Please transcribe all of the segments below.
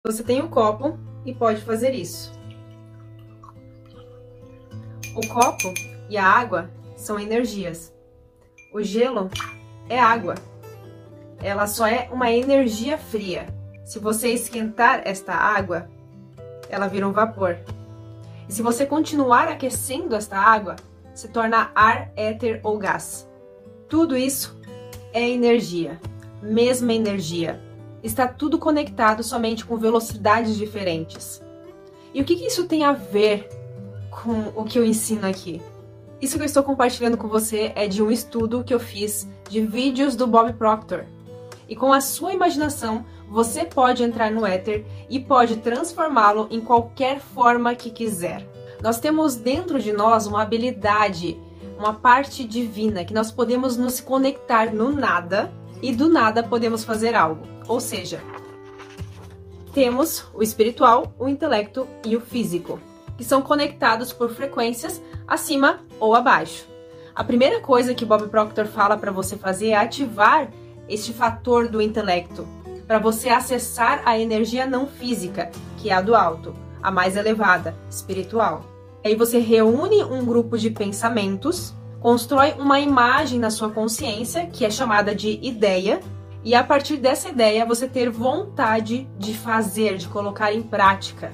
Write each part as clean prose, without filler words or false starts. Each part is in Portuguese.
Você tem um copo e pode fazer isso. O copo e a água são energias. O gelo é água. Ela só é uma energia fria. Se você esquentar esta água, ela vira um vapor. E se você continuar aquecendo esta água, se torna ar, éter ou gás. Tudo isso é energia, mesma energia. Está tudo conectado somente com velocidades diferentes. E o que isso tem a ver com o que eu ensino aqui? Isso que eu estou compartilhando com você é de um estudo que eu fiz de vídeos do Bob Proctor. E com a sua imaginação, você pode entrar no éter e pode transformá-lo em qualquer forma que quiser. Nós temos dentro de nós uma habilidade, uma parte divina, que nós podemos nos conectar no nada e do nada podemos fazer algo. Ou seja, temos o espiritual, o intelecto e o físico, que são conectados por frequências acima ou abaixo. A primeira coisa que Bob Proctor fala para você fazer é ativar este fator do intelecto, para você acessar a energia não física, que é a do alto, a mais elevada, espiritual. Aí você reúne um grupo de pensamentos, constrói uma imagem na sua consciência, que é chamada de ideia, e a partir dessa ideia você ter vontade de fazer, de colocar em prática,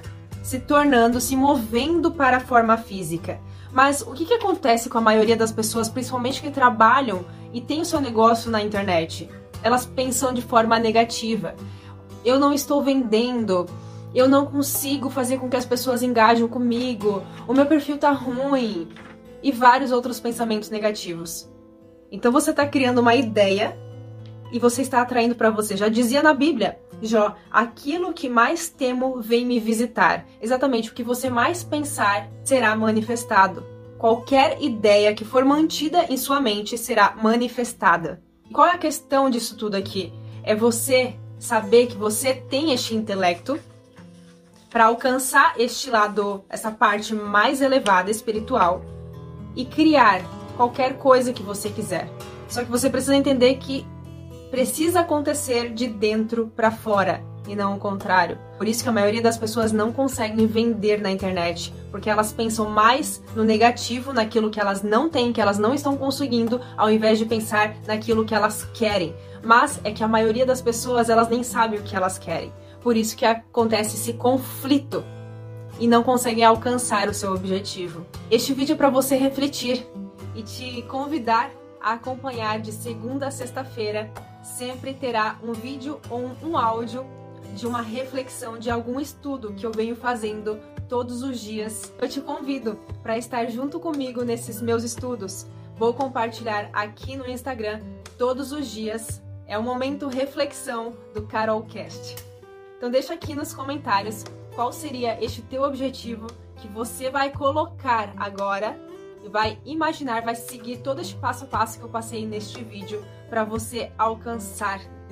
se movendo para a forma física. Mas o que acontece com a maioria das pessoas, principalmente que trabalham e têm o seu negócio na internet? Elas pensam de forma negativa. Eu não estou vendendo, eu não consigo fazer com que as pessoas engajem comigo, o meu perfil tá ruim, e vários outros pensamentos negativos. Então você está criando uma ideia e você está atraindo para você. Já dizia na Bíblia, Jó, aquilo que mais temo vem me visitar. Exatamente, o que você mais pensar será manifestado. Qualquer ideia que for mantida em sua mente será manifestada. Qual é a questão disso tudo aqui? É você saber que você tem este intelecto para alcançar este lado, essa parte mais elevada, espiritual, e criar qualquer coisa que você quiser. Só que você precisa entender que precisa acontecer de dentro para fora e não o contrário. Por isso que a maioria das pessoas não conseguem vender na internet, porque elas pensam mais no negativo, naquilo que elas não têm, que elas não estão conseguindo, ao invés de pensar naquilo que elas querem. Mas é que a maioria das pessoas, elas nem sabem o que elas querem. Por isso que acontece esse conflito e não conseguem alcançar o seu objetivo. Este vídeo é para você refletir e te convidar a acompanhar de segunda a sexta-feira. Sempre terá um vídeo ou um áudio de uma reflexão de algum estudo que eu venho fazendo todos os dias. Eu te convido para estar junto comigo nesses meus estudos. Vou compartilhar aqui no Instagram todos os dias. É o momento reflexão do Carolcast. Então deixa aqui nos comentários qual seria este teu objetivo que você vai colocar agora e vai imaginar, vai seguir todo este passo a passo que eu passei neste vídeo para você alcançar em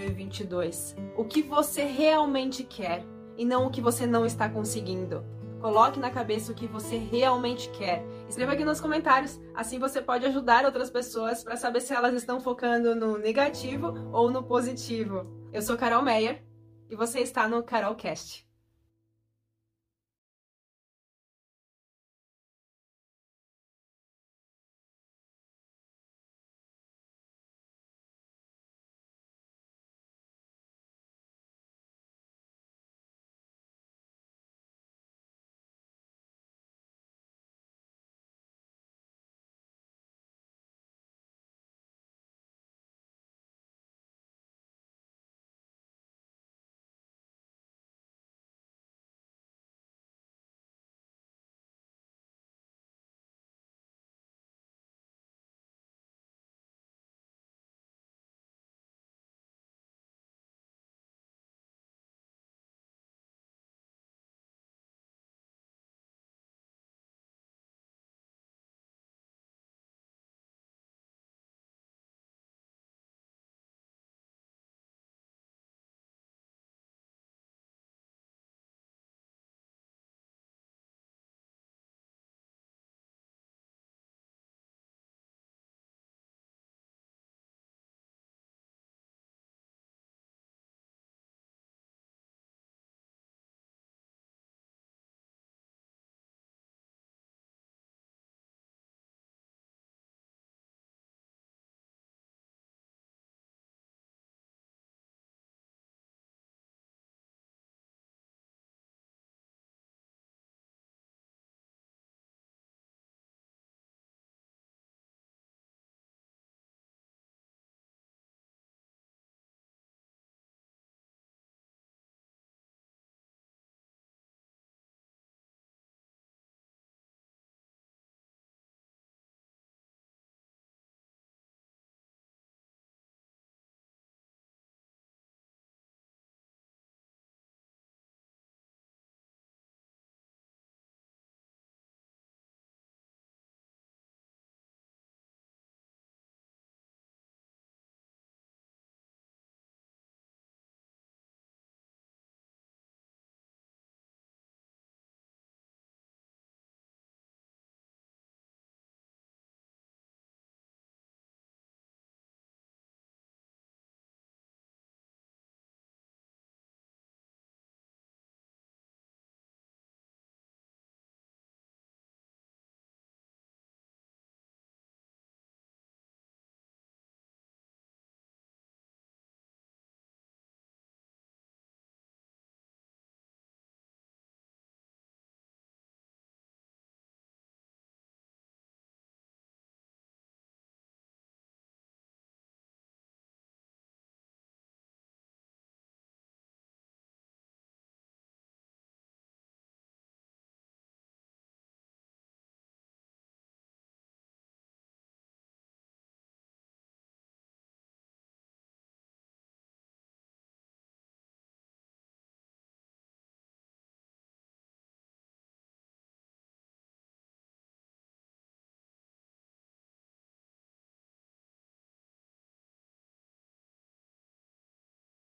2022. O que você realmente quer e não o que você não está conseguindo. Coloque na cabeça o que você realmente quer. Escreva aqui nos comentários, assim você pode ajudar outras pessoas para saber se elas estão focando no negativo ou no positivo. Eu sou Carol Meyer e você está no Carolcast.